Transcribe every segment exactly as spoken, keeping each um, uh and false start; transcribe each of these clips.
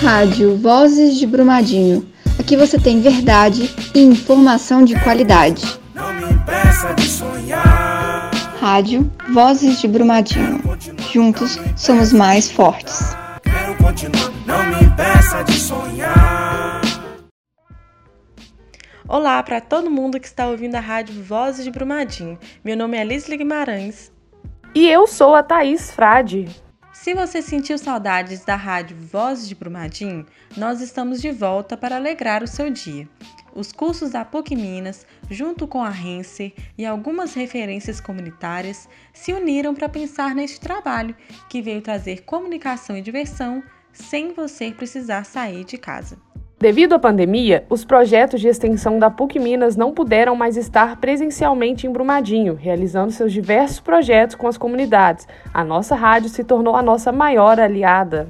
Rádio Vozes de Brumadinho. Aqui você tem verdade e informação de qualidade. Não me impeça de sonhar. Rádio Vozes de Brumadinho. Juntos somos mais fortes. Quero continuar, não me impeça de sonhar. Olá para todo mundo que está ouvindo a Rádio Vozes de Brumadinho. Meu nome é Lisli Guimarães. E eu sou a Thaís Frade. Se você sentiu saudades da Rádio Vozes de Brumadinho, nós estamos de volta para alegrar o seu dia. Os cursos da PUC Minas, junto com a Renser e algumas referências comunitárias, se uniram para pensar neste trabalho, que veio trazer comunicação e diversão sem você precisar sair de casa. Devido à pandemia, os projetos de extensão da PUC Minas não puderam mais estar presencialmente em Brumadinho, realizando seus diversos projetos com as comunidades. A nossa rádio se tornou a nossa maior aliada.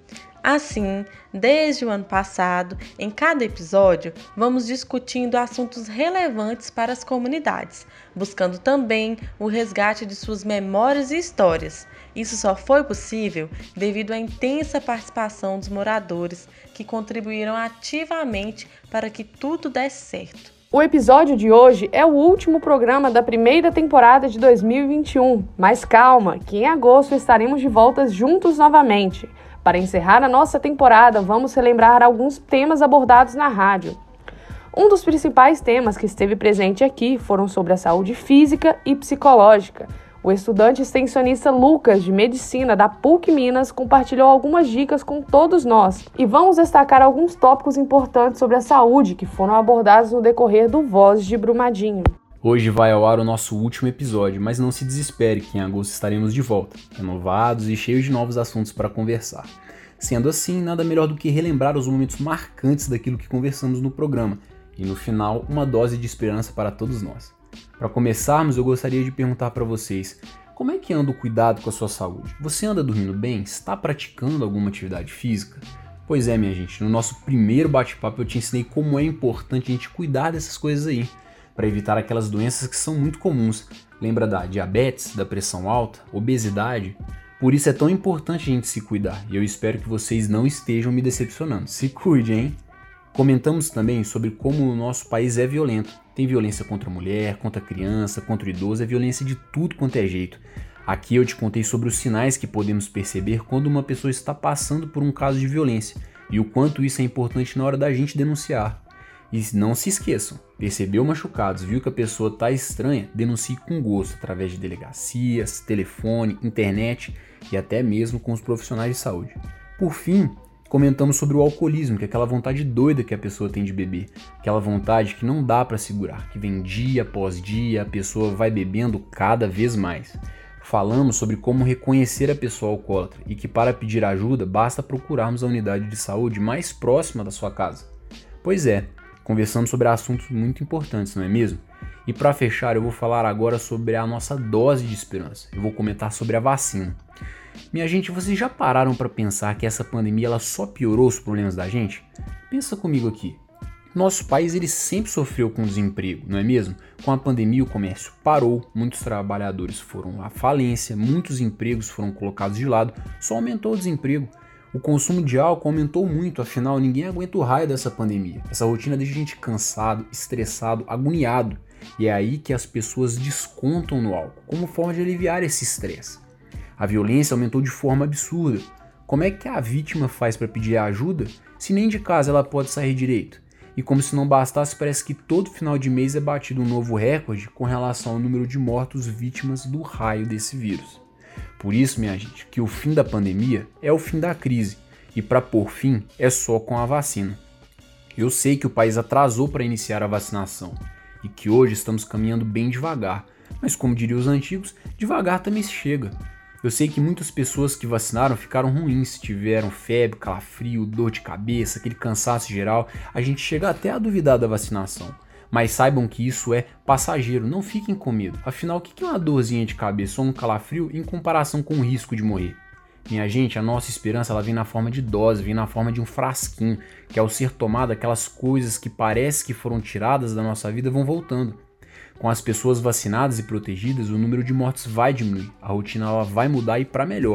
Assim, desde o ano passado, em cada episódio, vamos discutindo assuntos relevantes para as comunidades, buscando também o resgate de suas memórias e histórias. Isso só foi possível devido à intensa participação dos moradores que contribuíram ativamente para que tudo desse certo. O episódio de hoje é o último programa da primeira temporada de dois mil e vinte e um, mas calma, que em agosto estaremos de volta juntos novamente. Para encerrar a nossa temporada, vamos relembrar alguns temas abordados na rádio. Um dos principais temas que esteve presente aqui foram sobre a saúde física e psicológica. O estudante extensionista Lucas, de Medicina, da PUC Minas, compartilhou algumas dicas com todos nós. E vamos destacar alguns tópicos importantes sobre a saúde que foram abordados no decorrer do Vozes de Brumadinho. Hoje vai ao ar o nosso último episódio, mas não se desespere que em agosto estaremos de volta, renovados e cheios de novos assuntos para conversar. Sendo assim, nada melhor do que relembrar os momentos marcantes daquilo que conversamos no programa e, no final, uma dose de esperança para todos nós. Para começarmos, eu gostaria de perguntar para vocês, como é que anda o cuidado com a sua saúde? Você anda dormindo bem? Está praticando alguma atividade física? Pois é, minha gente, no nosso primeiro bate-papo eu te ensinei como é importante a gente cuidar dessas coisas aí, para evitar aquelas doenças que são muito comuns. Lembra da diabetes, da pressão alta, obesidade? Por isso é tão importante a gente se cuidar, e eu espero que vocês não estejam me decepcionando. Se cuide, hein? Comentamos também sobre como o nosso país é violento. Tem violência contra a mulher, contra a criança, contra o idoso, é violência de tudo quanto é jeito. Aqui eu te contei sobre os sinais que podemos perceber quando uma pessoa está passando por um caso de violência e o quanto isso é importante na hora da gente denunciar. E não se esqueçam, percebeu machucados, viu que a pessoa está estranha, denuncie com gosto através de delegacias, telefone, internet e até mesmo com os profissionais de saúde. Por fim, comentamos sobre o alcoolismo, que é aquela vontade doida que a pessoa tem de beber, aquela vontade que não dá para segurar, que vem dia após dia, a pessoa vai bebendo cada vez mais. Falamos sobre como reconhecer a pessoa alcoólatra e que para pedir ajuda basta procurarmos a unidade de saúde mais próxima da sua casa. Pois é, conversamos sobre assuntos muito importantes, não é mesmo? E para fechar, eu vou falar agora sobre a nossa dose de esperança. Eu vou comentar sobre a vacina. Minha gente, vocês já pararam para pensar que essa pandemia ela só piorou os problemas da gente? Pensa comigo aqui. Nosso país ele sempre sofreu com desemprego, não é mesmo? Com a pandemia o comércio parou, muitos trabalhadores foram à falência, muitos empregos foram colocados de lado, só aumentou o desemprego. O consumo de álcool aumentou muito, afinal ninguém aguenta o raio dessa pandemia. Essa rotina deixa a gente cansado, estressado, agoniado. E é aí que as pessoas descontam no álcool, como forma de aliviar esse estresse. A violência aumentou de forma absurda. Como é que a vítima faz para pedir ajuda se nem de casa ela pode sair direito? E como se não bastasse, parece que todo final de mês é batido um novo recorde com relação ao número de mortos vítimas do raio desse vírus. Por isso, minha gente, que o fim da pandemia é o fim da crise e para pôr fim é só com a vacina. Eu sei que o país atrasou para iniciar a vacinação e que hoje estamos caminhando bem devagar, mas como diriam os antigos, devagar também se chega. Eu sei que muitas pessoas que vacinaram ficaram ruins, tiveram febre, calafrio, dor de cabeça, aquele cansaço geral, a gente chega até a duvidar da vacinação. Mas saibam que isso é passageiro, não fiquem com medo. Afinal, o que é uma dorzinha de cabeça ou um calafrio em comparação com o risco de morrer? Minha gente, a nossa esperança ela vem na forma de dose, vem na forma de um frasquinho, que ao ser tomado aquelas coisas que parece que foram tiradas da nossa vida vão voltando. Com as pessoas vacinadas e protegidas, o número de mortes vai diminuir, a rotina ela vai mudar e para melhor.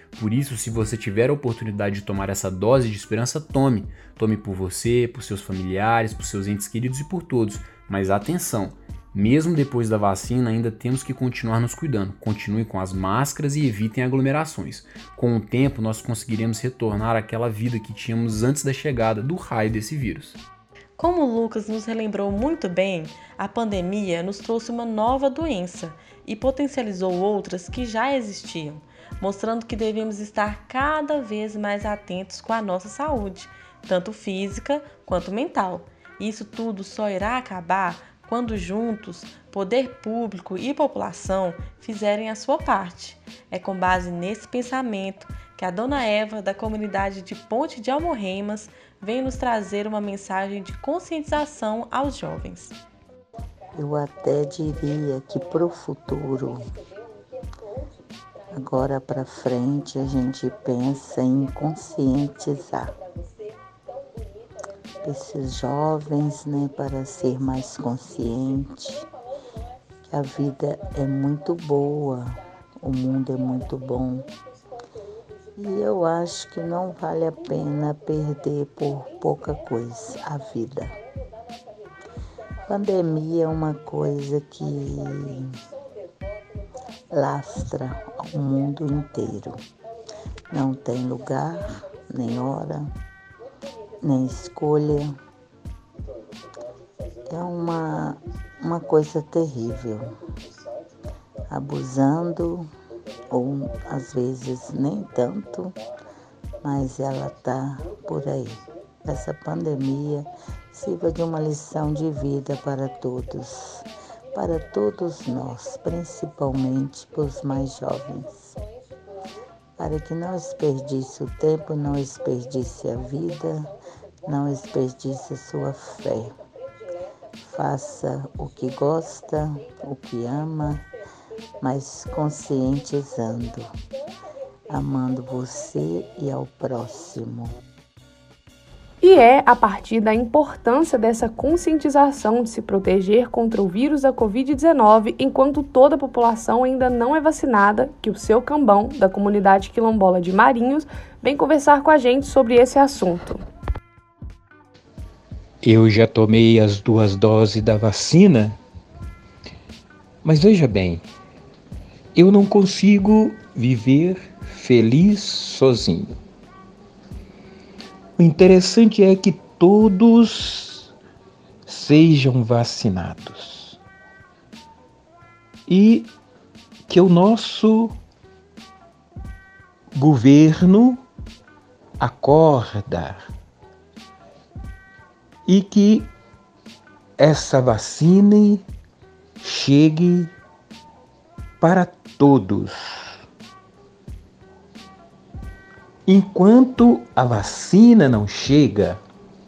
Por isso, se você tiver a oportunidade de tomar essa dose de esperança, tome. Tome por você, por seus familiares, por seus entes queridos e por todos. Mas atenção, mesmo depois da vacina, ainda temos que continuar nos cuidando. Continue com as máscaras e evitem aglomerações. Com o tempo, nós conseguiremos retornar àquela vida que tínhamos antes da chegada do raio desse vírus. Como o Lucas nos relembrou muito bem, a pandemia nos trouxe uma nova doença e potencializou outras que já existiam, mostrando que devemos estar cada vez mais atentos com a nossa saúde, tanto física quanto mental. Isso tudo só irá acabar quando juntos, poder público e população fizerem a sua parte. É com base nesse pensamento que a Dona Eva, da comunidade de Ponte de Almorremas, vem nos trazer uma mensagem de conscientização aos jovens. Eu até diria que para o futuro, agora para frente, a gente pensa em conscientizar esses jovens, né, para ser mais consciente que a vida é muito boa, o mundo é muito bom. E eu acho que não vale a pena perder por pouca coisa a vida. Pandemia é uma coisa que lastra o mundo inteiro. Não tem lugar, nem hora, nem escolha. É uma, uma coisa terrível. Abusando, ou às vezes nem tanto, mas ela está por aí. Essa pandemia sirva de uma lição de vida para todos, para todos nós, principalmente para os mais jovens, para que não desperdice o tempo, não desperdice a vida, não desperdice a sua fé. Faça o que gosta, o que ama, mas conscientizando, amando você e ao próximo. E é a partir da importância dessa conscientização de se proteger contra o vírus da covid dezenove enquanto toda a população ainda não é vacinada que o seu Cambão, da comunidade quilombola de Marinhos, vem conversar com a gente sobre esse assunto. Eu já tomei as duas doses da vacina, mas veja bem, eu não consigo viver feliz sozinho. O interessante é que todos sejam vacinados e que o nosso governo acorda e que essa vacina chegue para todos. Enquanto a vacina não chega,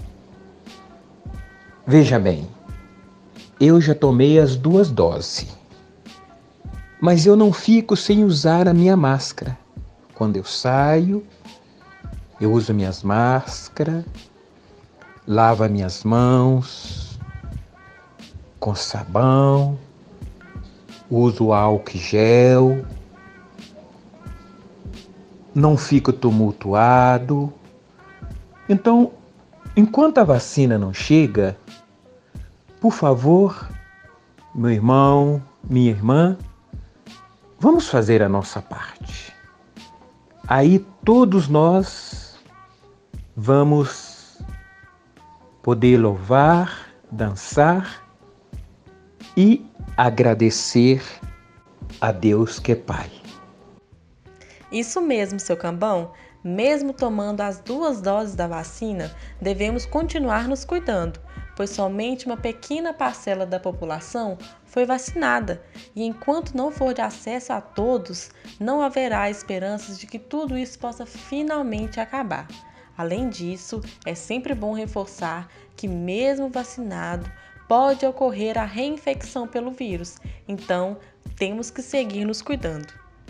veja bem, eu já tomei as duas doses, mas eu não fico sem usar a minha máscara. Quando eu saio, eu uso minhas máscaras, lavo as minhas mãos com sabão, uso álcool gel, não fico tumultuado. Então, enquanto a vacina não chega, por favor, meu irmão, minha irmã, vamos fazer a nossa parte. Aí todos nós vamos poder louvar, dançar e agradecer a Deus que é Pai. Isso mesmo, seu Cambão. Mesmo tomando as duas doses da vacina, devemos continuar nos cuidando, pois somente uma pequena parcela da população foi vacinada e enquanto não for de acesso a todos, não haverá esperanças de que tudo isso possa finalmente acabar. Além disso, é sempre bom reforçar que mesmo vacinado, pode ocorrer a reinfecção pelo vírus, então temos que seguir nos cuidando.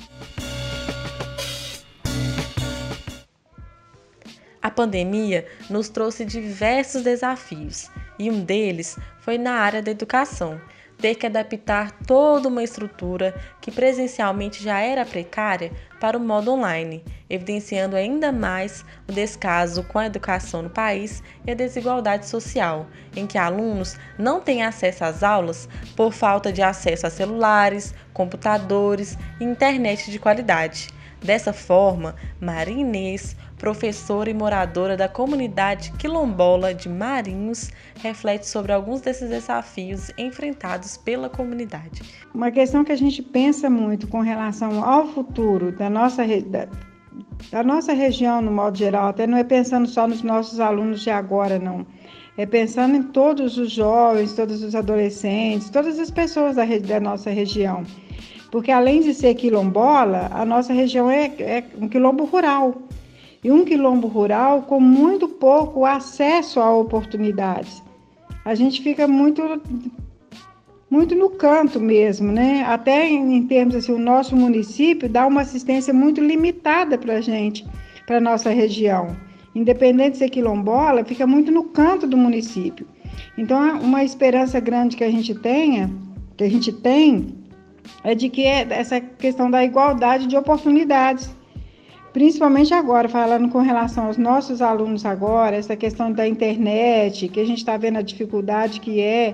A pandemia nos trouxe diversos desafios e um deles foi na área da educação. ter que adaptar toda uma estrutura que presencialmente já era precária para o modo online, evidenciando ainda mais o descaso com a educação no país e a desigualdade social, em que alunos não têm acesso às aulas por falta de acesso a celulares, computadores e internet de qualidade. Dessa forma, Maria Inês, professora e moradora da comunidade quilombola de Marinhos, reflete sobre alguns desses desafios enfrentados pela comunidade. Uma questão que a gente pensa muito com relação ao futuro da nossa, da, da nossa região, no modo geral, até não é pensando só nos nossos alunos de agora, não. É pensando em todos os jovens, todos os adolescentes, todas as pessoas da, da nossa região. Porque além de ser quilombola, a nossa região é, é um quilombo rural. E um quilombo rural com muito pouco acesso a oportunidades. A gente fica muito, muito no canto mesmo, né? Até em, em termos assim, o nosso município dá uma assistência muito limitada para a gente, para a nossa região. Independente de ser quilombola, fica muito no canto do município. Então, uma esperança grande que a gente tenha, que a gente tem, é de que é essa questão da igualdade de oportunidades. Principalmente agora, falando com relação aos nossos alunos agora, essa questão da internet, que a gente está vendo a dificuldade que é.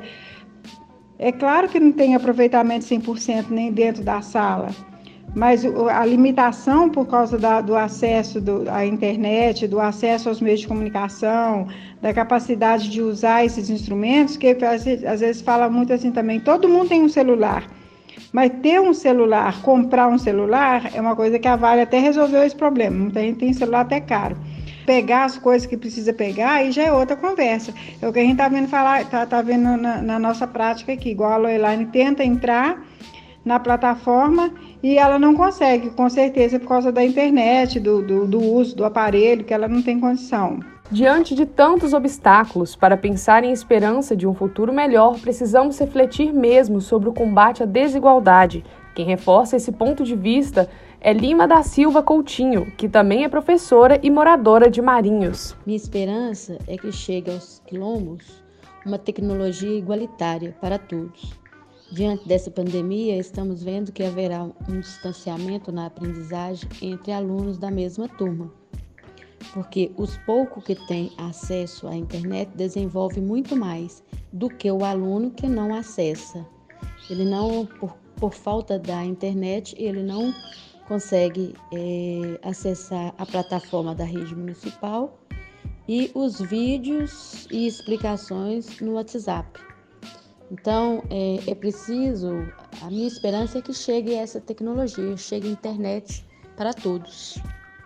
É claro que não tem aproveitamento cem por cento nem dentro da sala, mas a limitação por causa da, do acesso do, à internet, do acesso aos meios de comunicação, da capacidade de usar esses instrumentos, que às vezes fala muito assim também, todo mundo tem um celular. Mas ter um celular, comprar um celular, é uma coisa que a Vale até resolveu esse problema. Muita gente tem celular até caro. Pegar as coisas que precisa pegar, aí já é outra conversa. É o que a gente está vendo, falar, tá, tá vendo na, na nossa prática aqui. Igual a Loeline tenta entrar na plataforma e ela não consegue, com certeza, por causa da internet, do, do, do uso do aparelho, que ela não tem condição. Diante de tantos obstáculos, para pensar em esperança de um futuro melhor, precisamos refletir mesmo sobre o combate à desigualdade. Quem reforça esse ponto de vista é Lima da Silva Coutinho, que também é professora e moradora de Marinhos. Minha esperança é que chegue aos quilombos uma tecnologia igualitária para todos. Diante dessa pandemia, estamos vendo que haverá um distanciamento na aprendizagem entre alunos da mesma turma, porque os poucos que têm acesso à internet desenvolvem muito mais do que o aluno que não acessa. Ele não, por, por falta da internet, ele não consegue é, acessar a plataforma da rede municipal e os vídeos e explicações no WhatsApp. Então, é, é preciso, a minha esperança é que chegue essa tecnologia, chegue a internet para todos.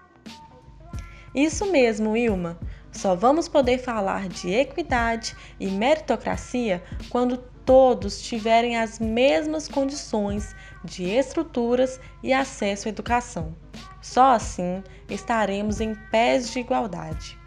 Isso mesmo, Ilma. Só vamos poder falar de equidade e meritocracia quando todos tiverem as mesmas condições de estruturas e acesso à educação. Só assim estaremos em pés de igualdade.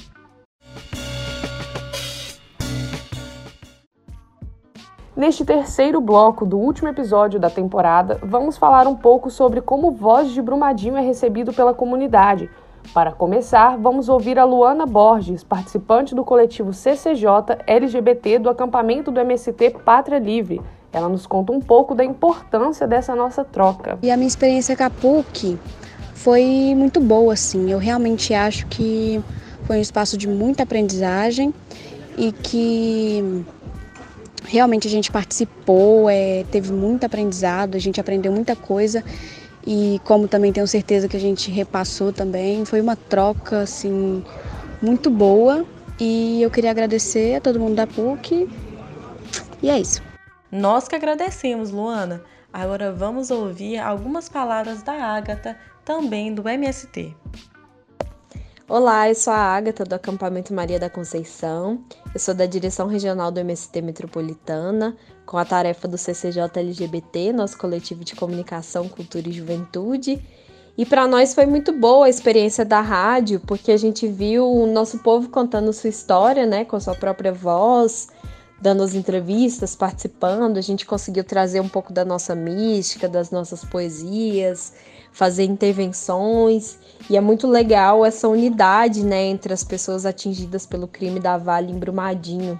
Neste terceiro bloco do último episódio da temporada, vamos falar um pouco sobre como Voz de Brumadinho é recebido pela comunidade. Para começar, vamos ouvir a Luana Borges, participante do coletivo C C J L G B T do acampamento do M S T Pátria Livre. Ela nos conta um pouco da importância dessa nossa troca. E a minha experiência com a P U C foi muito boa, assim. Eu realmente acho que foi um espaço de muita aprendizagem e que realmente a gente participou, é, teve muito aprendizado, a gente aprendeu muita coisa. E como também tenho certeza que a gente repassou também, foi uma troca assim, muito boa. E eu queria agradecer a todo mundo da P U C. E é isso. Nós que agradecemos, Luana. Agora vamos ouvir algumas palavras da Ágata, também do M S T. Olá, eu sou a Ágata do acampamento Maria da Conceição. Eu sou da direção regional do M S T Metropolitana, com a tarefa do C C J L G B T, nosso coletivo de comunicação, cultura e juventude. E para nós foi muito boa a experiência da rádio, porque a gente viu o nosso povo contando sua história, né, com a sua própria voz, dando as entrevistas, participando. A gente conseguiu trazer um pouco da nossa mística, das nossas poesias, fazer intervenções. E é muito legal essa unidade, né, entre as pessoas atingidas pelo crime da Vale em Brumadinho.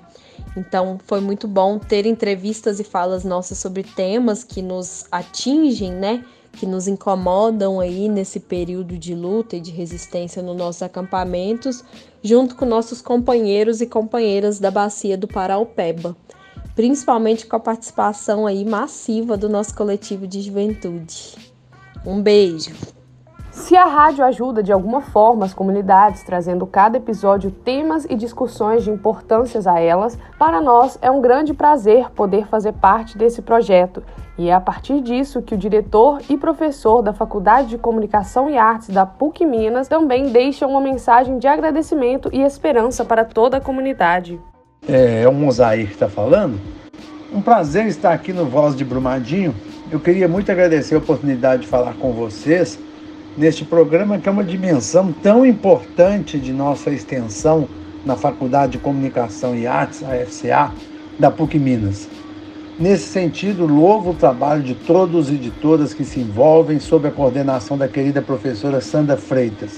Então, foi muito bom ter entrevistas e falas nossas sobre temas que nos atingem, né? Que nos incomodam aí nesse período de luta e de resistência nos nossos acampamentos, junto com nossos companheiros e companheiras da Bacia do Paraupeba, principalmente com a participação aí massiva do nosso coletivo de juventude. Um beijo! Se a rádio ajuda de alguma forma as comunidades, trazendo cada episódio temas e discussões de importâncias a elas, para nós é um grande prazer poder fazer parte desse projeto. E é a partir disso que o diretor e professor da Faculdade de Comunicação e Artes da P U C Minas também deixa uma mensagem de agradecimento e esperança para toda a comunidade. É, é o Mosair que está falando. Um prazer estar aqui no Voz de Brumadinho. Eu queria muito agradecer a oportunidade de falar com vocês neste programa, que é uma dimensão tão importante de nossa extensão na Faculdade de Comunicação e Artes, a F C A, da P U C Minas. Nesse sentido, louvo o trabalho de todos e de todas que se envolvem sob a coordenação da querida professora Sandra Freitas.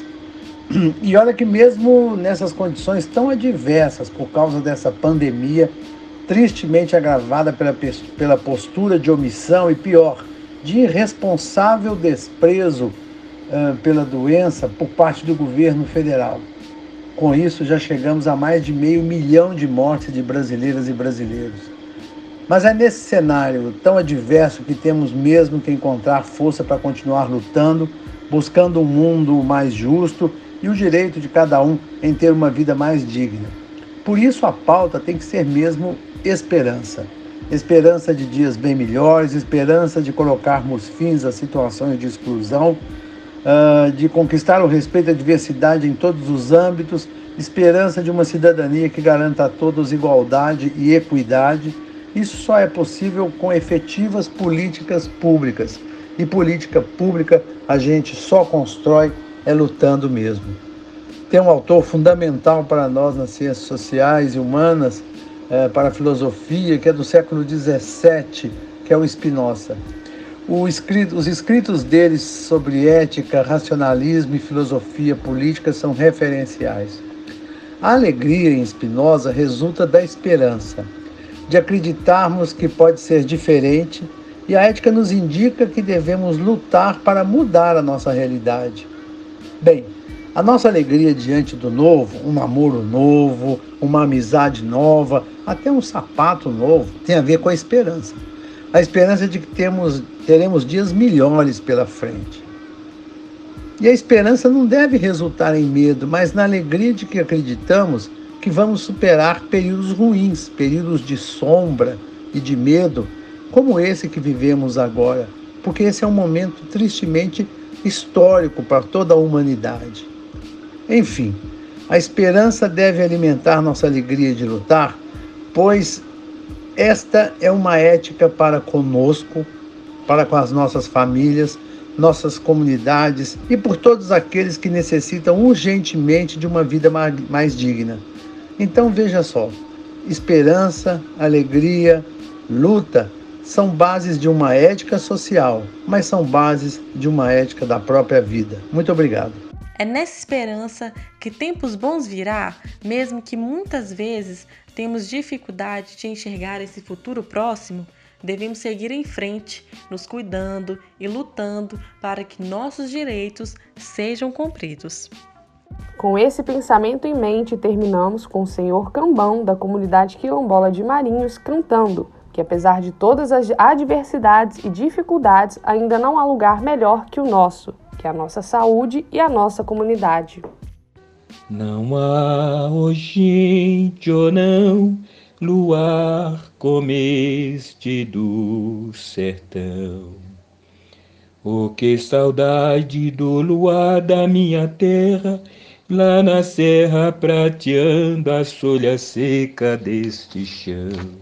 E olha que mesmo nessas condições tão adversas, por causa dessa pandemia, tristemente agravada pela, pela postura de omissão e, pior, de irresponsável desprezo uh, pela doença por parte do governo federal. Com isso, já chegamos a mais de meio milhão de mortes de brasileiras e brasileiros. Mas é nesse cenário tão adverso que temos mesmo que encontrar força para continuar lutando, buscando um mundo mais justo e o direito de cada um em ter uma vida mais digna. Por isso a pauta tem que ser mesmo esperança. Esperança de dias bem melhores, esperança de colocarmos fins às situações de exclusão, de conquistar o respeito à diversidade em todos os âmbitos, esperança de uma cidadania que garanta a todos igualdade e equidade. Isso só é possível com efetivas políticas públicas. E política pública a gente só constrói é lutando mesmo. Tem um autor fundamental para nós nas ciências sociais e humanas, é, para a filosofia, que é do século dezessete, que é o Spinoza. O escrito, os escritos deles sobre ética, racionalismo e filosofia política são referenciais. A alegria em Spinoza resulta da esperança, de acreditarmos que pode ser diferente, e a ética nos indica que devemos lutar para mudar a nossa realidade. Bem, a nossa alegria diante do novo, um namoro novo, uma amizade nova, até um sapato novo, tem a ver com a esperança. A esperança de que temos, teremos dias melhores pela frente. E a esperança não deve resultar em medo, mas na alegria de que acreditamos que vamos superar períodos ruins, períodos de sombra e de medo, como esse que vivemos agora, porque esse é um momento tristemente histórico para toda a humanidade. Enfim, a esperança deve alimentar nossa alegria de lutar, pois esta é uma ética para conosco, para com as nossas famílias, nossas comunidades e por todos aqueles que necessitam urgentemente de uma vida mais digna. Então veja só, esperança, alegria, luta são bases de uma ética social, mas são bases de uma ética da própria vida. Muito obrigado. É nessa esperança que tempos bons virá, mesmo que muitas vezes temos dificuldade de enxergar esse futuro próximo, devemos seguir em frente, nos cuidando e lutando para que nossos direitos sejam cumpridos. Com esse pensamento em mente, terminamos com o senhor Cambão, da comunidade quilombola de Marinhos, cantando que, apesar de todas as adversidades e dificuldades, ainda não há lugar melhor que o nosso, que é a nossa saúde e a nossa comunidade. Não há, oh gente, oh não, luar como este do sertão. Oh, que saudade do luar da minha terra, lá na serra prateando a folha seca deste chão.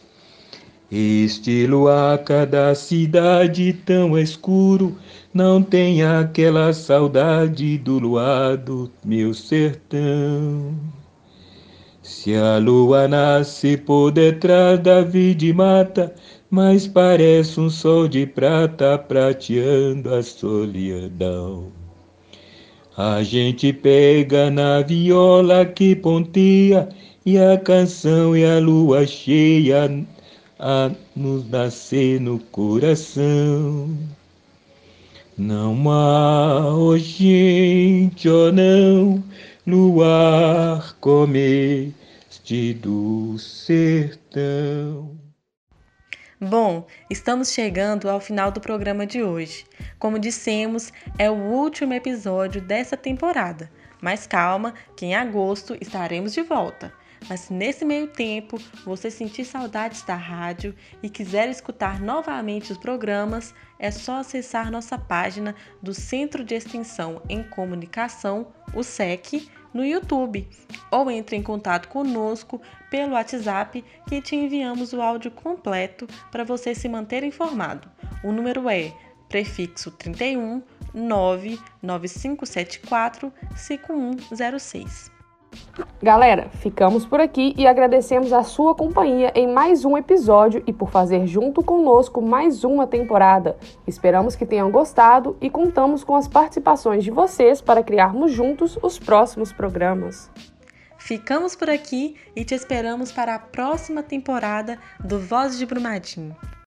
Este luar, cada cidade tão escuro, não tem aquela saudade do luar do meu sertão. Se a lua nasce por detrás da vide mata, mas parece um sol de prata prateando a solidão. A gente pega na viola que ponteia e a canção e a lua cheia a nos nascer no coração. Não há, oh gente, oh não, luar como este do sertão. Bom, estamos chegando ao final do programa de hoje. Como dissemos, é o último episódio dessa temporada. Mas calma, que em agosto estaremos de volta. Mas se nesse meio tempo você sentir saudades da rádio e quiser escutar novamente os programas, é só acessar nossa página do Centro de Extensão em Comunicação, o S E C, no YouTube, ou entre em contato conosco pelo WhatsApp, que te enviamos o áudio completo para você se manter informado. O número é prefixo trinta e um, nove nove cinco sete quatro, cinco um zero seis. Galera, ficamos por aqui e agradecemos a sua companhia em mais um episódio e por fazer junto conosco mais uma temporada. Esperamos que tenham gostado e contamos com as participações de vocês para criarmos juntos os próximos programas. Ficamos por aqui e te esperamos para a próxima temporada do Voz de Brumadinho.